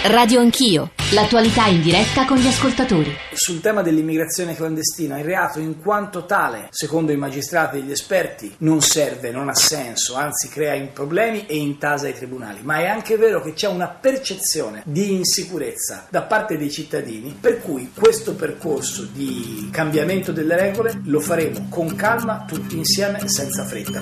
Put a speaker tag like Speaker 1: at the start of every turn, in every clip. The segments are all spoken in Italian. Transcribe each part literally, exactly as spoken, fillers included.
Speaker 1: Radio Anch'io, l'attualità in diretta con gli ascoltatori.
Speaker 2: Sul tema dell'immigrazione clandestina, il reato in quanto tale, secondo i magistrati e gli esperti, non serve, non ha senso, anzi crea problemi e intasa i tribunali. Ma è anche vero che c'è una percezione di insicurezza da parte dei cittadini, per cui questo percorso di cambiamento delle regole lo faremo con calma, tutti insieme, senza fretta.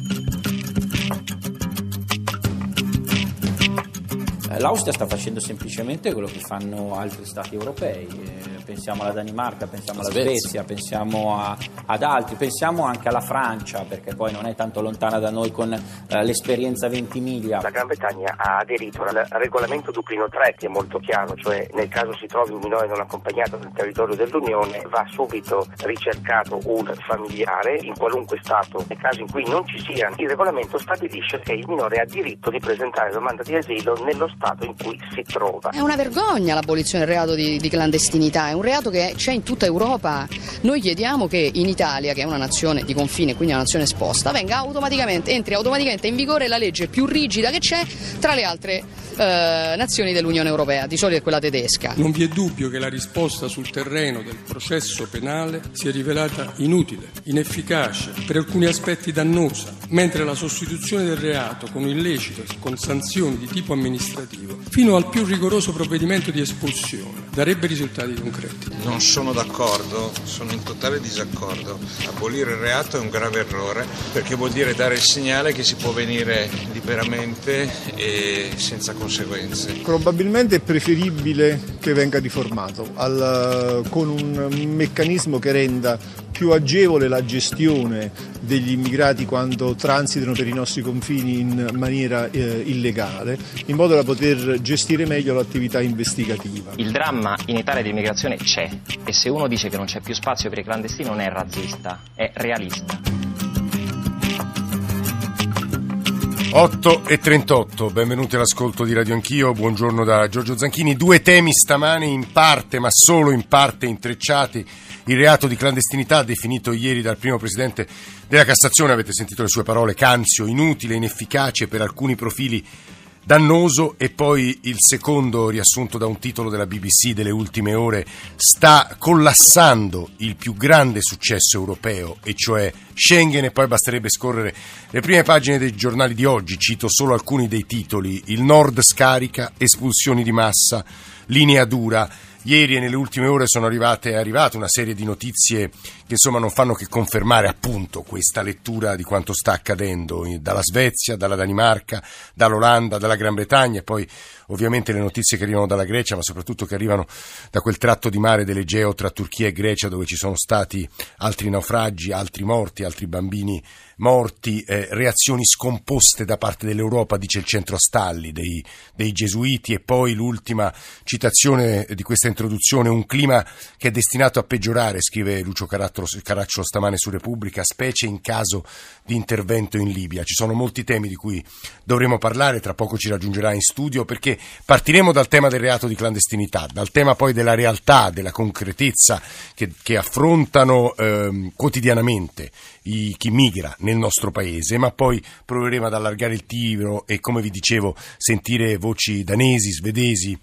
Speaker 3: L'Austria sta facendo semplicemente quello che fanno altri stati europei, eh, pensiamo alla Danimarca, pensiamo alla Svezia, Svezia pensiamo a, ad altri, pensiamo anche alla Francia, perché poi non è tanto lontana da noi con eh, l'esperienza Ventimiglia.
Speaker 4: La Gran Bretagna ha aderito al regolamento Dublino tre, che è molto chiaro, cioè nel caso si trovi un minore non accompagnato nel territorio dell'Unione va subito ricercato un familiare in qualunque stato. Nel caso in cui non ci sia, il regolamento stabilisce che il minore ha diritto di presentare domanda di asilo nello stato in cui si trova.
Speaker 5: È una vergogna l'abolizione del reato di, di clandestinità, è un reato che c'è in tutta Europa. Noi chiediamo che in Italia, che è una nazione di confine, quindi una nazione esposta, venga automaticamente, entri automaticamente in vigore la legge più rigida che c'è tra le altre eh, nazioni dell'Unione Europea, di solito è quella tedesca.
Speaker 6: Non vi è dubbio che la risposta sul terreno del processo penale si è rivelata inutile, inefficace, per alcuni aspetti dannosa, mentre la sostituzione del reato con un illecito e con sanzioni di tipo amministrativo fino al più rigoroso provvedimento di espulsione darebbe risultati concreti.
Speaker 7: Non sono d'accordo, sono in totale disaccordo. Abolire il reato è un grave errore, perché vuol dire dare il segnale che si può venire liberamente e senza conseguenze.
Speaker 8: Probabilmente è preferibile che venga riformato al, con un meccanismo che renda più agevole la gestione degli immigrati quando transitano per i nostri confini in maniera eh, illegale, in modo da poter gestire meglio l'attività investigativa.
Speaker 9: Il dramma in Italia di immigrazione c'è, e se uno dice che non c'è più spazio per i clandestini non è razzista, è realista.
Speaker 10: otto e trentotto, benvenuti all'ascolto di Radio Anch'io, buongiorno da Giorgio Zanchini. Due temi stamane in parte, ma solo in parte intrecciati. Il reato di clandestinità definito ieri dal primo presidente della Cassazione, avete sentito le sue parole, canzio, inutile, inefficace, per alcuni profili dannoso, e poi il secondo, riassunto da un titolo della B B C delle ultime ore: sta collassando il più grande successo europeo, e cioè Schengen. E poi basterebbe scorrere le prime pagine dei giornali di oggi, cito solo alcuni dei titoli: il Nord scarica, espulsioni di massa, linea dura. Ieri e nelle ultime ore sono arrivate è arrivata una serie di notizie che insomma non fanno che confermare appunto questa lettura di quanto sta accadendo dalla Svezia, dalla Danimarca, dall'Olanda, dalla Gran Bretagna, e poi ovviamente le notizie che arrivano dalla Grecia, ma soprattutto che arrivano da quel tratto di mare dell'Egeo tra Turchia e Grecia, dove ci sono stati altri naufragi, altri morti, altri bambini morti, eh, reazioni scomposte da parte dell'Europa, dice il centro Stalli dei, dei gesuiti. E poi l'ultima citazione di questa introduzione: un clima che è destinato a peggiorare, scrive Lucio Caracciolo stamane su Repubblica, specie in caso di intervento in Libia. Ci sono molti temi di cui dovremo parlare, tra poco ci raggiungerà in studio, perché partiremo dal tema del reato di clandestinità, dal tema poi della realtà, della concretezza che, che affrontano ehm, quotidianamente i, chi migra nel nostro paese, ma poi proveremo ad allargare il tiro e, come vi dicevo, sentire voci danesi, svedesi,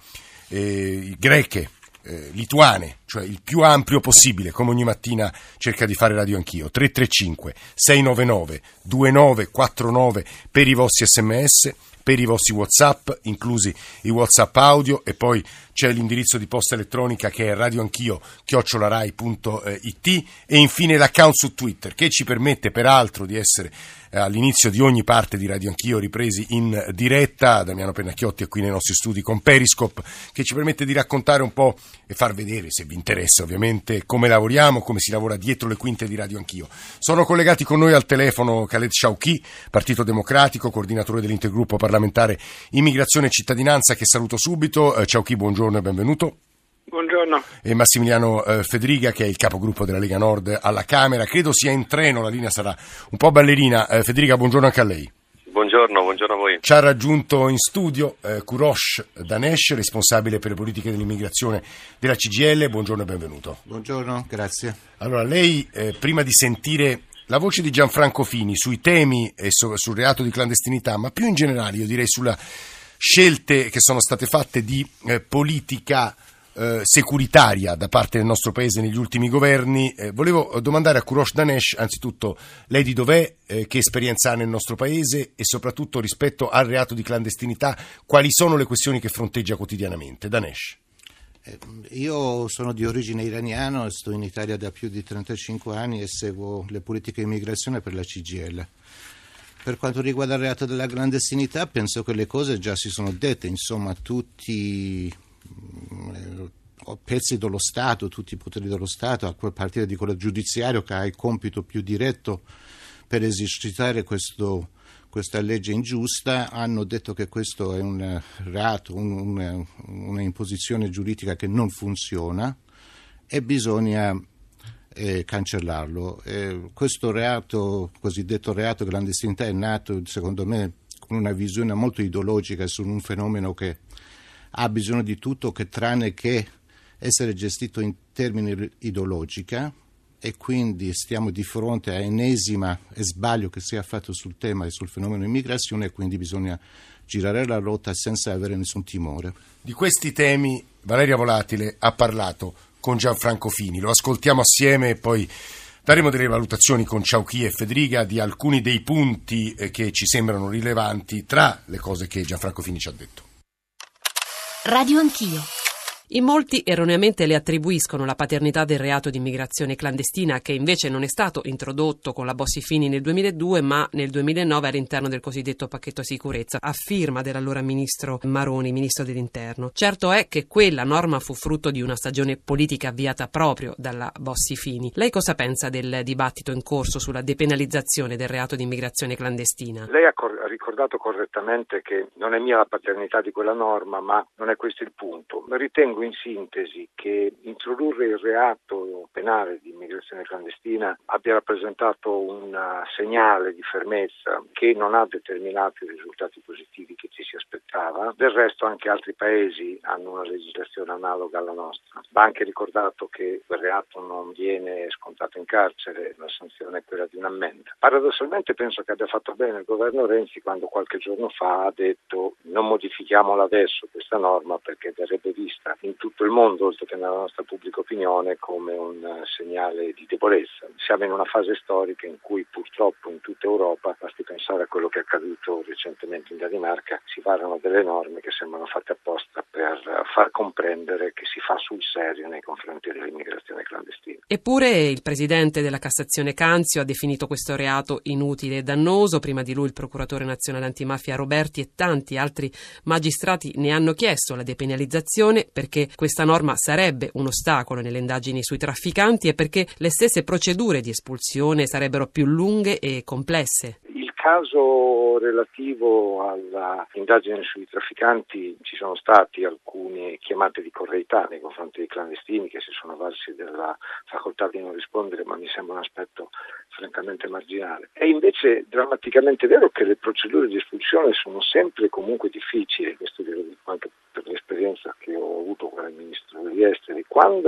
Speaker 10: eh, greche, eh, lituane, cioè il più ampio possibile, come ogni mattina cerca di fare Radio Anch'io. Tre tre cinque sei nove nove due nove quattro nove per i vostri sms, per i vostri WhatsApp, inclusi i WhatsApp audio, e poi c'è l'indirizzo di posta elettronica che è radioanchio chiocciola rai punto it, e infine l'account su Twitter, che ci permette peraltro di essere eh, all'inizio di ogni parte di Radio Anch'io ripresi in diretta. Damiano Pennacchiotti è qui nei nostri studi con Periscope, che ci permette di raccontare un po' e far vedere, se vi interessa ovviamente, come lavoriamo, come si lavora dietro le quinte di Radio Anch'io. Sono collegati con noi al telefono Khaled Shawky, Partito Democratico, coordinatore dell'intergruppo parlamentare Immigrazione e Cittadinanza, che saluto subito. Eh, Shawky, buongiorno e benvenuto.
Speaker 11: Buongiorno.
Speaker 10: E Massimiliano eh, Fedriga, che è il capogruppo della Lega Nord alla Camera, credo sia in treno, la linea sarà un po' ballerina. eh, Fedriga, buongiorno anche a lei.
Speaker 11: Buongiorno, buongiorno a voi.
Speaker 10: Ci ha raggiunto in studio eh, Kourosh Danesh, responsabile per le politiche dell'immigrazione della C G I L. Buongiorno e benvenuto.
Speaker 12: Buongiorno, grazie.
Speaker 10: Allora, lei eh, prima di sentire la voce di Gianfranco Fini sui temi e so, sul reato di clandestinità, ma più in generale io direi sulla scelte che sono state fatte di eh, politica eh, securitaria da parte del nostro paese negli ultimi governi. Eh, volevo domandare a Kourosh Danesh, anzitutto, lei di dov'è, eh, che esperienza ha nel nostro paese e soprattutto rispetto al reato di clandestinità, quali sono le questioni che fronteggia quotidianamente? Danesh.
Speaker 12: Io sono di origine iraniana, sto in Italia da più di trentacinque anni e seguo le politiche di immigrazione per la C G I L. Per quanto riguarda il reato della clandestinità, penso che le cose già si sono dette, insomma tutti pezzi dello Stato, tutti i poteri dello Stato, a partire di quello giudiziario che ha il compito più diretto per esercitare questo questa legge ingiusta, hanno detto che questo è un reato, un, un, una imposizione giuridica che non funziona e bisogna eh, cancellarlo. Eh, questo reato, cosiddetto reato clandestinità, è nato secondo me con una visione molto ideologica su un fenomeno che ha bisogno di tutto che tranne che essere gestito in termini ideologici. E quindi stiamo di fronte a ennesima sbaglio che sia fatto sul tema e sul fenomeno immigrazione, e quindi bisogna girare la rotta senza avere nessun timore.
Speaker 10: Di questi temi Valeria Volatile ha parlato con Gianfranco Fini, lo ascoltiamo assieme e poi daremo delle valutazioni con Ciauchi e Federica di alcuni dei punti che ci sembrano rilevanti tra le cose che Gianfranco Fini ci ha detto.
Speaker 1: Radio Anch'io.
Speaker 13: In molti erroneamente le attribuiscono la paternità del reato di immigrazione clandestina, che invece non è stato introdotto con la Bossi-Fini nel duemiladue, ma nel duemilanove all'interno del cosiddetto pacchetto sicurezza, a firma dell'allora ministro Maroni, ministro dell'Interno. Certo è che quella norma fu frutto di una stagione politica avviata proprio dalla Bossi-Fini. Lei cosa pensa del dibattito in corso sulla depenalizzazione del reato di immigrazione clandestina?
Speaker 14: Lei ha cor- ricordato correttamente che non è mia la paternità di quella norma, ma non è questo il punto. Ritengo in sintesi che introdurre il reato penale di immigrazione clandestina abbia rappresentato un segnale di fermezza che non ha determinato i risultati positivi che ci si aspettava. Del resto anche altri paesi hanno una legislazione analoga alla nostra. Va anche ricordato che quel reato non viene scontato in carcere, la sanzione è quella di un'ammenda. Paradossalmente penso che abbia fatto bene il governo Renzi quando qualche giorno fa ha detto non modifichiamola adesso questa norma perché verrebbe vista in tutto il mondo, oltre che nella nostra pubblica opinione, come un segnale di debolezza. Siamo in una fase storica in cui purtroppo in tutta Europa, basti pensare a quello che è accaduto recentemente in Danimarca, si varano delle norme che sembrano fatte apposta per far comprendere che si fa sul serio nei confronti dell'immigrazione clandestina.
Speaker 13: Eppure il presidente della Cassazione Canzio ha definito questo reato inutile e dannoso, prima di lui il procuratore nazionale antimafia Roberti e tanti altri magistrati ne hanno chiesto la depenalizzazione perché questa norma sarebbe un ostacolo nelle indagini sui trafficanti e perché le stesse procedure di espulsione sarebbero più lunghe e complesse.
Speaker 14: Il caso relativo all'indagine sui trafficanti, ci sono stati alcune chiamate di correità nei confronti dei clandestini che si sono avvalsi della facoltà di non rispondere, ma mi sembra un aspetto francamente marginale. È invece drammaticamente vero che le procedure di espulsione sono sempre comunque difficili, questo lo dico anche per l'esperienza che ho avuto come ministro degli esteri.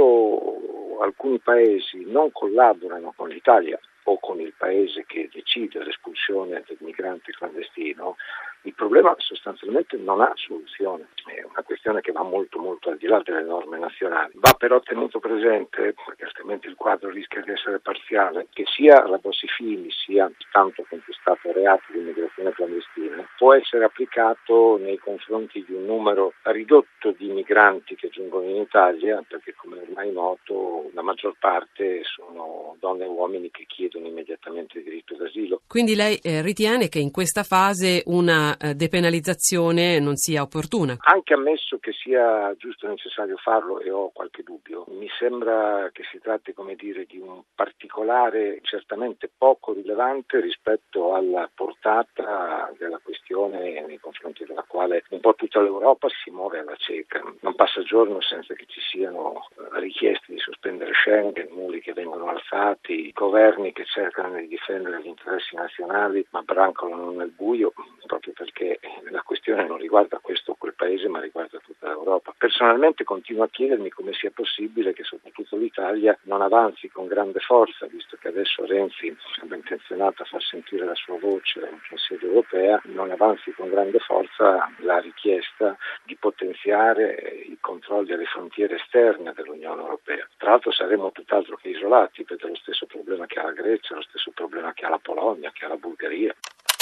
Speaker 14: Quando alcuni paesi non collaborano con l'Italia o con il paese che decide l'espulsione del migrante clandestino, il problema sostanzialmente non ha soluzione. È una questione che va molto molto al di là delle norme nazionali. Va però tenuto presente, perché altrimenti il quadro rischia di essere parziale, che sia la Bossi-Fini sia tanto contestato reato di immigrazione clandestina può essere applicato nei confronti di un numero ridotto di migranti che giungono in Italia, perché come ormai è noto la maggior parte sono donne e uomini che chiedono immediatamente il diritto d'asilo.
Speaker 13: Quindi lei eh, ritiene che in questa fase una eh, depenalizzazione non sia opportuna?
Speaker 14: Anche ammesso che sia giusto e necessario farlo, e ho qualche dubbio, mi sembra che si tratti, come dire, di un particolare certamente poco rilevante rispetto alla portata della questione nei confronti della quale un po' tutta l'Europa si muove alla cieca. Non passa giorno senza che ci siano richieste di sospendere Schengen, muri che vengono alzati, governi che cercano di difendere gli interessi nazionali ma brancolano nel buio proprio perché la questione non riguarda questo o quel paese ma riguarda tutta l'Europa. Personalmente personalmente continuo a chiedermi come sia possibile che soprattutto l'Italia non avanzi con grande forza, visto che adesso Renzi sembra intenzionato a far sentire la sua voce anche in sede europea, non avanzi con grande forza la richiesta di potenziare i controlli alle frontiere esterne dell'Unione Europea. Tra l'altro saremo tutt'altro che isolati, perché è lo stesso problema che ha la Grecia, lo stesso problema che ha la Polonia, che ha la Bulgaria.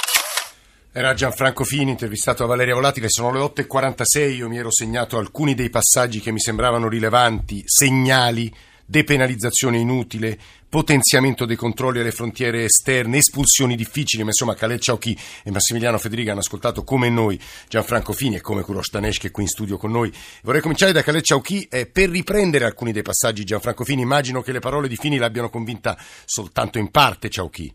Speaker 10: Era Gianfranco Fini, intervistato a Valeria Volatile. Sono le otto e quarantasei, io mi ero segnato alcuni dei passaggi che mi sembravano rilevanti: segnali, depenalizzazione inutile, potenziamento dei controlli alle frontiere esterne, espulsioni difficili, ma insomma Khaled Chowkhy e Massimiliano Federiga hanno ascoltato come noi Gianfranco Fini e come Kurosh Danesh, che è qui in studio con noi. Vorrei cominciare da Khaled Chowkhy eh, per riprendere alcuni dei passaggi. Gianfranco Fini, immagino che le parole di Fini l'abbiano convinta soltanto in parte Chowkhy.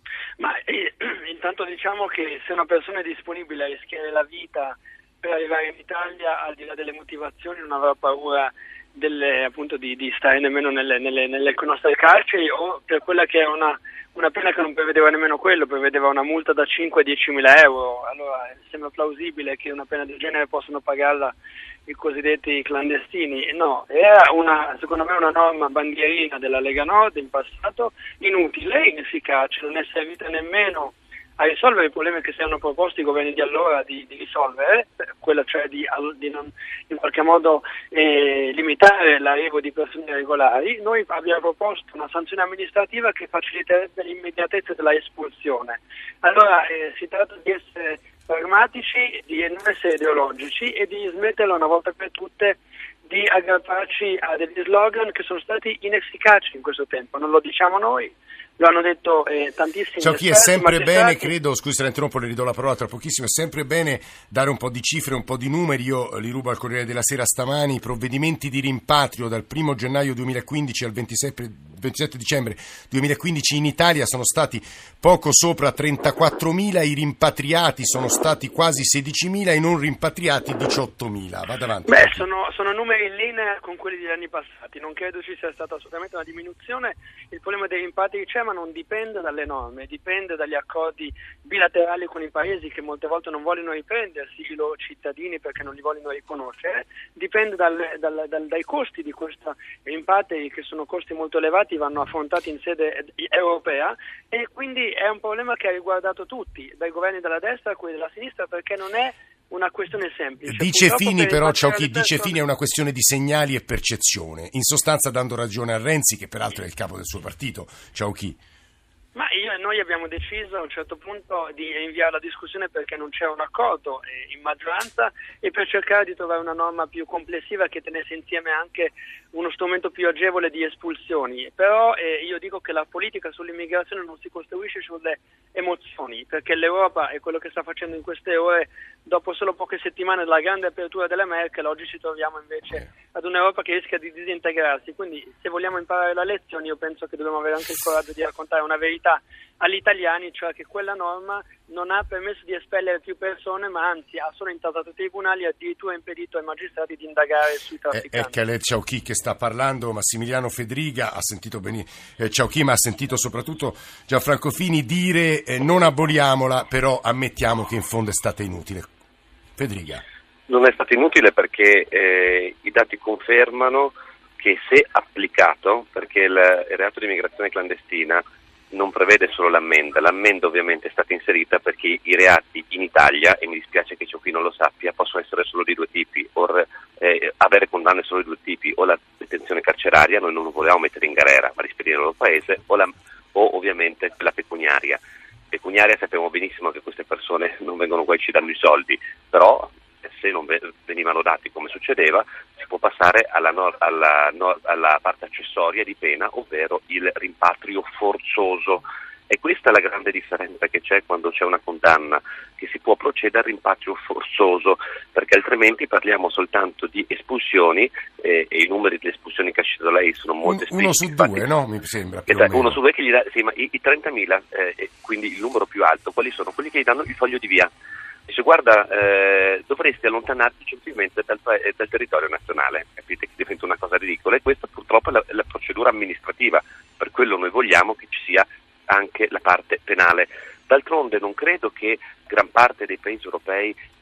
Speaker 15: Ma eh, intanto diciamo che se una persona è disponibile a rischiare la vita per arrivare in Italia, al di là delle motivazioni, non avrà paura delle, appunto di, di stare nemmeno nelle, nelle, nelle nostre carceri, o per quella che è una, una pena che non prevedeva nemmeno quello, prevedeva una multa da cinque a diecimila euro. Allora sembra plausibile che una pena del genere possano pagarla i cosiddetti clandestini. No, era una, secondo me una norma bandierina della Lega Nord in passato, inutile, inefficace, non è servita nemmeno a risolvere i problemi che si erano proposti i governi di allora di, di risolvere, quella cioè di, di non, in qualche modo eh, limitare l'arrivo di persone irregolari. Noi abbiamo proposto una sanzione amministrativa che faciliterebbe l'immediatezza della espulsione. Allora eh, si tratta di essere pragmatici, di non essere ideologici e di smetterla una volta per tutte di aggrapparci a degli slogan che sono stati inefficaci in questo tempo. Non lo diciamo noi, lo hanno detto eh, tantissimi
Speaker 10: Chowkhy,
Speaker 15: esperti.
Speaker 10: È sempre
Speaker 15: magistrati.
Speaker 10: bene, credo, scusi se la interrompo, le ridò la parola tra pochissimo, è sempre bene dare un po' di cifre, un po' di numeri. Io li rubo al Corriere della Sera stamani: i provvedimenti di rimpatrio dal primo gennaio duemilaquindici al ventisette dicembre duemilaquindici in Italia sono stati poco sopra trentaquattromila, i rimpatriati sono stati quasi sedicimila, i non rimpatriati diciottomila. Vada avanti.
Speaker 15: Beh, sono, sono numeri in linea con quelli degli anni passati, non credo ci sia stata assolutamente una diminuzione. Il problema dei rimpatri c'è, ma non dipende dalle norme, dipende dagli accordi bilaterali con i paesi che molte volte non vogliono riprendersi i loro cittadini perché non li vogliono riconoscere, dipende dal, dal, dal, dai costi di questi rimpatri, che sono costi molto elevati, vanno affrontati in sede europea, e quindi è un problema che ha riguardato tutti, dai governi della destra a quelli della sinistra, perché non è una questione semplice.
Speaker 10: Dice
Speaker 15: Purtroppo
Speaker 10: Fini però, Chowkhy,
Speaker 15: persone...
Speaker 10: dice Fini è una questione di segnali e percezione, in sostanza dando ragione a Renzi, che peraltro è il capo del suo partito. Chowkhy.
Speaker 15: Ma io e noi abbiamo deciso a un certo punto di rinviare la discussione perché non c'era un accordo in maggioranza, e per cercare di trovare una norma più complessiva che tenesse insieme anche uno strumento più agevole di espulsioni. Però eh, io dico che la politica sull'immigrazione non si costruisce sulle emozioni, perché l'Europa è quello che sta facendo in queste ore. Dopo solo poche settimane dalla grande apertura della Merkel, oggi ci troviamo invece ad un'Europa che rischia di disintegrarsi. Quindi se vogliamo imparare la lezione, io penso che dobbiamo avere anche il coraggio di raccontare una verità agli italiani, cioè che quella norma non ha permesso di espellere più persone, ma anzi ha solo intasato i tribunali e addirittura impedito ai magistrati di indagare sui trafficanti.
Speaker 10: È Khaled Chowkhy che sta parlando. Massimiliano Federiga ha sentito bene eh, Chowkhy, ma ha sentito soprattutto Gianfranco Fini dire eh, non aboliamola, però ammettiamo che in fondo è stata inutile. Federiga.
Speaker 11: Non è stata inutile perché eh, i dati confermano che, se applicato, perché il, il reato di immigrazione clandestina non prevede solo l'ammenda, l'ammenda ovviamente è stata inserita perché i reati in Italia, e mi dispiace che Chowkhy non lo sappia, possono essere solo di due tipi, or eh, avere condanne solo di due tipi: o la detenzione carceraria, noi non lo volevamo mettere in galera ma rispedire al loro paese, o, la, o ovviamente la pecuniaria. Pecuniaria sappiamo benissimo che queste persone non vengono qua e ci danno i soldi, però se non venivano dati come succedeva, si può passare alla, nor- alla, nor- alla parte accessoria di pena, ovvero il rimpatrio forzoso. E questa è la grande differenza che c'è quando c'è una condanna, che si può procedere al rimpatrio forzoso, perché altrimenti parliamo soltanto di espulsioni eh, e i numeri delle espulsioni che ha citato lei sono molto espressi.
Speaker 10: Uno su
Speaker 11: infatti,
Speaker 10: due, no? Mi sembra. Più
Speaker 11: esatto,
Speaker 10: o meno.
Speaker 11: Uno su due che gli dà, sì, ma i, i trentamila, eh, quindi il numero più alto, quali sono? Quelli che gli danno il foglio di via. Dice: guarda, eh, dovresti allontanarti gentilmente dal, dal territorio nazionale. Capite che diventa una cosa ridicola, e questa purtroppo è la, è la procedura amministrativa. Per quello noi vogliamo che ci sia anche la parte penale. D'altronde non credo che gran parte dei paesi europei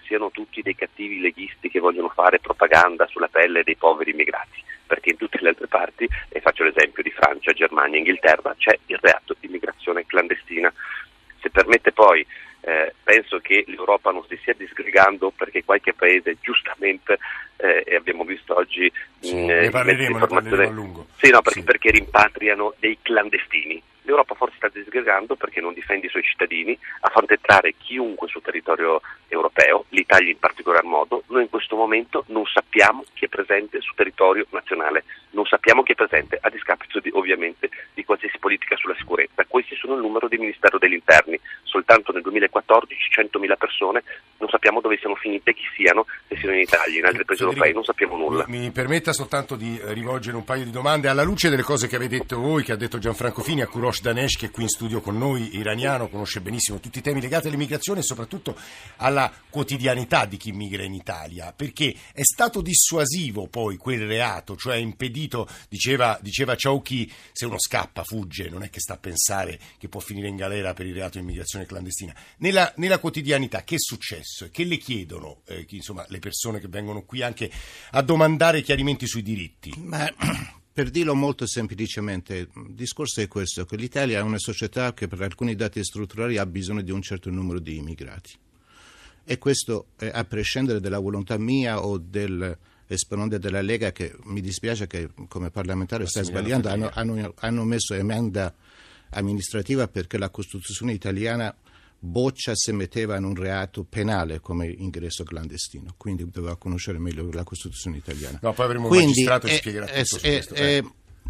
Speaker 11: siano tutti dei cattivi leghisti che vogliono fare propaganda sulla pelle dei poveri immigrati, perché in tutte le altre parti, e faccio l'esempio di Francia, Germania, Inghilterra, c'è il reato di immigrazione clandestina. Se permette poi, eh, penso che l'Europa non si stia disgregando perché qualche paese giustamente, eh, e abbiamo visto oggi
Speaker 10: sì,
Speaker 11: in,
Speaker 10: ne
Speaker 11: in
Speaker 10: parleremo, ne parleremo a lungo.
Speaker 11: Sì, no, perché,
Speaker 10: sì.
Speaker 11: perché rimpatriano dei clandestini. L'Europa forse sta disgregando perché non difende i suoi cittadini a far entrare chiunque sul territorio europeo, l'Italia in particolar modo. Noi in questo momento non sappiamo chi è presente sul territorio nazionale, non sappiamo chi è presente, a discapito di, ovviamente di qualsiasi politica sulla sicurezza. Questi sono il numero del Ministero degli Interni, soltanto nel duemilaquattordici centomila persone, non sappiamo dove siano finite, chi siano, se siano in Italia, in altri paesi europei, non sappiamo nulla.
Speaker 10: Mi, mi permetta soltanto di rivolgere un paio di domande alla luce delle cose che avete detto voi, che ha detto Gianfranco Fini, a Kurosh Danesh, che è qui in studio con noi, iraniano, conosce benissimo tutti i temi legati all'immigrazione e soprattutto alla quotidianità di chi immigra in Italia, perché è stato dissuasivo poi quel reato, cioè impedito, diceva, diceva Ciauchi, se uno scappa, fugge, non è che sta a pensare che può finire in galera per il reato di immigrazione clandestina. Nella, nella quotidianità che è successo e che le chiedono eh, che, insomma, le persone che vengono qui anche a domandare chiarimenti sui diritti?
Speaker 12: Ma per dirlo molto semplicemente, il discorso è questo, che l'Italia è una società che per alcuni dati strutturali ha bisogno di un certo numero di immigrati. E questo eh, a prescindere dalla volontà mia o dell'esponente della Lega, che mi dispiace che come parlamentare sta sbagliando, hanno, hanno, hanno messo emenda amministrativa perché la Costituzione italiana boccia se metteva in un reato penale come ingresso clandestino, quindi doveva conoscere meglio la Costituzione italiana.
Speaker 10: No, poi avremo un
Speaker 12: quindi,
Speaker 10: magistrato che
Speaker 12: eh,
Speaker 10: spiegherà
Speaker 12: eh,
Speaker 10: tutto
Speaker 12: eh,
Speaker 10: su questo.
Speaker 12: Eh,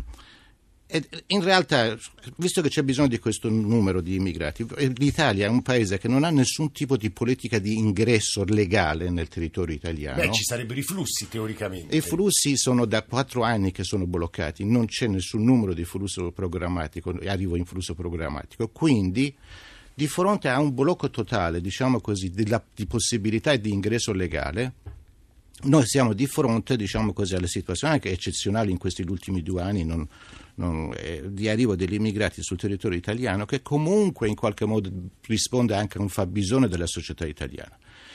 Speaker 12: eh, in realtà, visto che c'è bisogno di questo numero di immigrati, l'Italia è un paese che non ha nessun tipo di politica di ingresso legale nel territorio italiano.
Speaker 10: Beh, ci sarebbero i flussi teoricamente.
Speaker 12: I flussi sono da quattro anni che sono bloccati, non c'è nessun numero di flusso programmatico, arrivo in flusso programmatico, quindi di fronte a un blocco totale, diciamo così, di, la, di possibilità di ingresso legale, noi siamo di fronte, diciamo così, alle situazioni anche eccezionali in questi ultimi due anni non, non, eh, di arrivo degli immigrati sul territorio italiano, che comunque in qualche modo risponde anche a un fabbisogno della società italiana.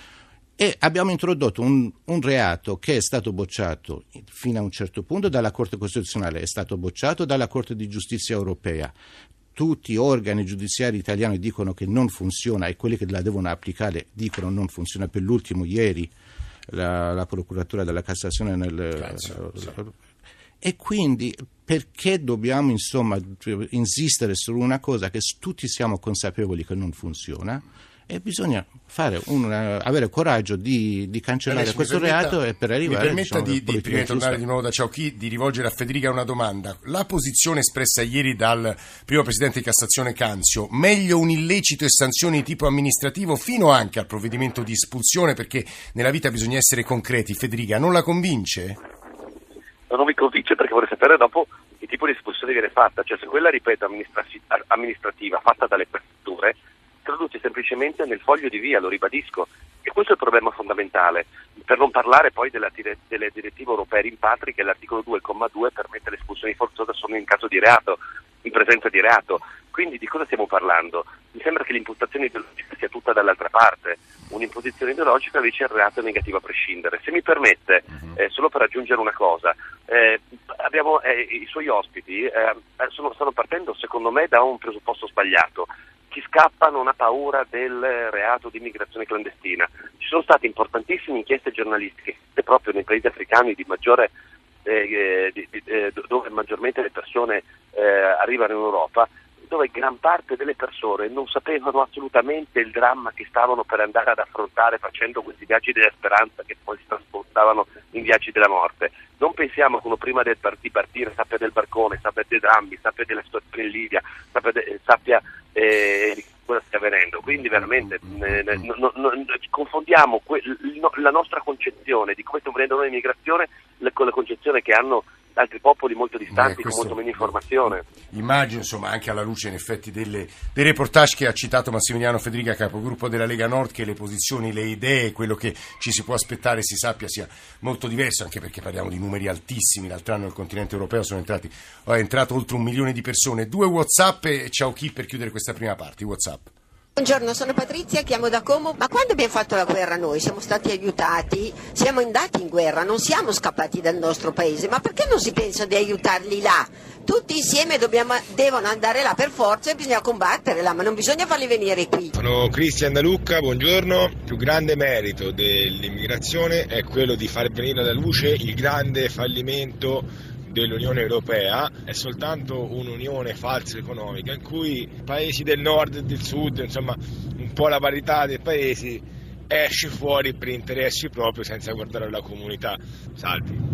Speaker 12: E abbiamo introdotto un, un reato che è stato bocciato fino a un certo punto dalla Corte Costituzionale, è stato bocciato dalla Corte di Giustizia Europea. Tutti gli organi giudiziari italiani dicono che non funziona e quelli che la devono applicare dicono non funziona. Per l'ultimo ieri la, la Procuratura della Cassazione nel,
Speaker 10: Cazzo, sì.
Speaker 12: E quindi perché dobbiamo insomma insistere su una cosa che tutti siamo consapevoli che non funziona? E bisogna fare un, avere coraggio di, di cancellare
Speaker 10: Adesso
Speaker 12: questo
Speaker 10: permetta,
Speaker 12: reato e per arrivare
Speaker 10: mi permetta
Speaker 12: diciamo,
Speaker 10: di, di prima di tornare di nuovo da Ciauchi, di rivolgere a Federica una domanda. La posizione espressa ieri dal primo presidente di Cassazione Canzio, meglio un illecito e sanzioni di tipo amministrativo fino anche al provvedimento di espulsione, perché nella vita bisogna essere concreti, Federica, non la convince?
Speaker 11: Non mi convince perché vorrei sapere dopo che tipo di espulsione viene fatta, cioè se quella, ripeto, amministrativa fatta dalle prefetture traduce semplicemente nel foglio di via, lo ribadisco, e questo è il problema fondamentale, per non parlare poi della, delle direttive europee rimpatri, che l'articolo due, comma due permette l'espulsione forzosa solo in caso di reato, in presenza di reato. Quindi di cosa stiamo parlando? Mi sembra che l'imputazione ideologica sia tutta dall'altra parte, un'imposizione ideologica invece il reato è negativo a prescindere. Se mi permette, eh, solo per aggiungere una cosa, eh, abbiamo eh, i suoi ospiti eh, sono, stanno partendo secondo me da un presupposto sbagliato. Chi scappa non ha paura del reato di immigrazione clandestina. Ci sono state importantissime inchieste giornalistiche proprio nei paesi africani di maggiore eh, di, di, eh, dove maggiormente le persone eh, arrivano in Europa, dove gran parte delle persone non sapevano assolutamente il dramma che stavano per andare ad affrontare facendo questi viaggi della speranza che poi si trasportavano in viaggi della morte. Non pensiamo che uno prima di partire sappia del barcone, sappia dei drammi, sappia della situazione in Libia, sappia, de, sappia eh, cosa stia avvenendo. Quindi veramente eh, no, no, no, confondiamo que, no, la nostra concezione di come stiamo vedendo noi l'immigrazione con la concezione che hanno altri popoli molto distanti,
Speaker 10: Beh,
Speaker 11: con molto meno informazione.
Speaker 10: Immagino, insomma, anche alla luce in effetti delle, dei reportage che ha citato Massimiliano Federica, capogruppo della Lega Nord, che le posizioni, le idee, quello che ci si può aspettare si sappia sia molto diverso, anche perché parliamo di numeri altissimi. L'altro anno nel continente europeo sono entrati, è entrato oltre un milione di persone. Due WhatsApp e ciao chi per chiudere questa prima parte. WhatsApp.
Speaker 16: Buongiorno, sono Patrizia, chiamo da Como. Ma quando abbiamo fatto la guerra noi siamo stati aiutati, siamo andati in guerra, non siamo scappati dal nostro paese, ma perché non si pensa di aiutarli là? Tutti insieme dobbiamo, devono andare là per forza e bisogna combattere là, ma non bisogna farli venire qui.
Speaker 17: Sono Cristian da Lucca, buongiorno. Il più grande merito dell'immigrazione è quello di far venire alla luce il grande fallimento dell'Unione Europea. È soltanto un'unione falsa economica in cui paesi del nord e del sud, insomma un po' la parità dei paesi, esce fuori per interessi propri senza guardare alla comunità. Salvi.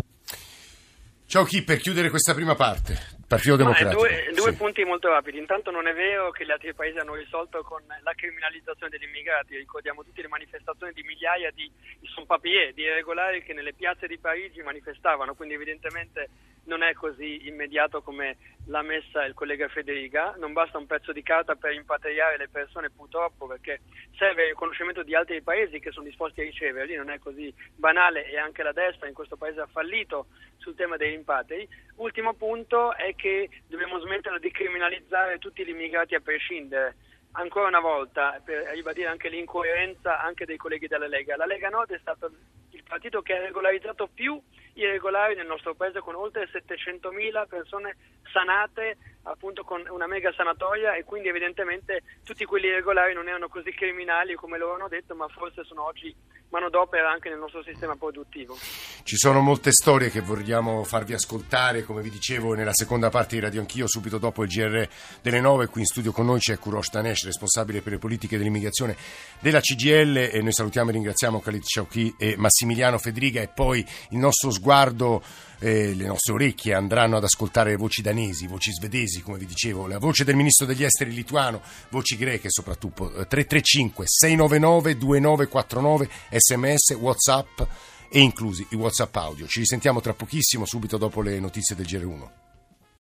Speaker 10: Ciao Chi, per chiudere questa prima parte, Partito Democratico.
Speaker 15: Due, due
Speaker 10: sì.
Speaker 15: punti molto rapidi. Intanto non è vero che gli altri paesi hanno risolto con la criminalizzazione degli immigrati. Ricordiamo tutte le manifestazioni di migliaia di sans-papiers, di irregolari che nelle piazze di Parigi manifestavano, quindi evidentemente non è così immediato come l'ha messa il collega Federica. Non basta un pezzo di carta per impatriare le persone, purtroppo, perché serve il riconoscimento di altri paesi che sono disposti a riceverli. Non è così banale, e anche la destra in questo paese ha fallito sul tema dei rimpatri. Ultimo punto è che dobbiamo smettere di criminalizzare tutti gli immigrati a prescindere. Ancora una volta, per ribadire anche l'incoerenza anche dei colleghi della Lega, la Lega Nord è stato il partito che ha regolarizzato più irregolari nel nostro paese, con oltre settecentomila persone sanate, appunto con una mega sanatoria, e quindi evidentemente tutti quelli irregolari non erano così criminali come loro hanno detto, ma forse sono oggi manodopera anche nel nostro sistema produttivo.
Speaker 10: Ci sono molte storie che vogliamo farvi ascoltare, come vi dicevo nella seconda parte di Radio Anch'io, subito dopo il G R delle nove. Qui in studio con noi c'è Kourosh Tanesh, responsabile per le politiche dell'immigrazione della C G I L, e noi salutiamo e ringraziamo Khalid Shawky e Massimiliano Fedriga, e poi il nostro sguardo, eh, le nostre orecchie andranno ad ascoltare le voci danesi, voci svedesi, come vi dicevo, la voce del ministro degli esteri lituano, voci greche soprattutto. tre tre cinque sei nove nove due nove quattro nove, sms, whatsapp e inclusi i whatsapp audio. Ci risentiamo tra pochissimo, subito dopo le notizie del G R uno.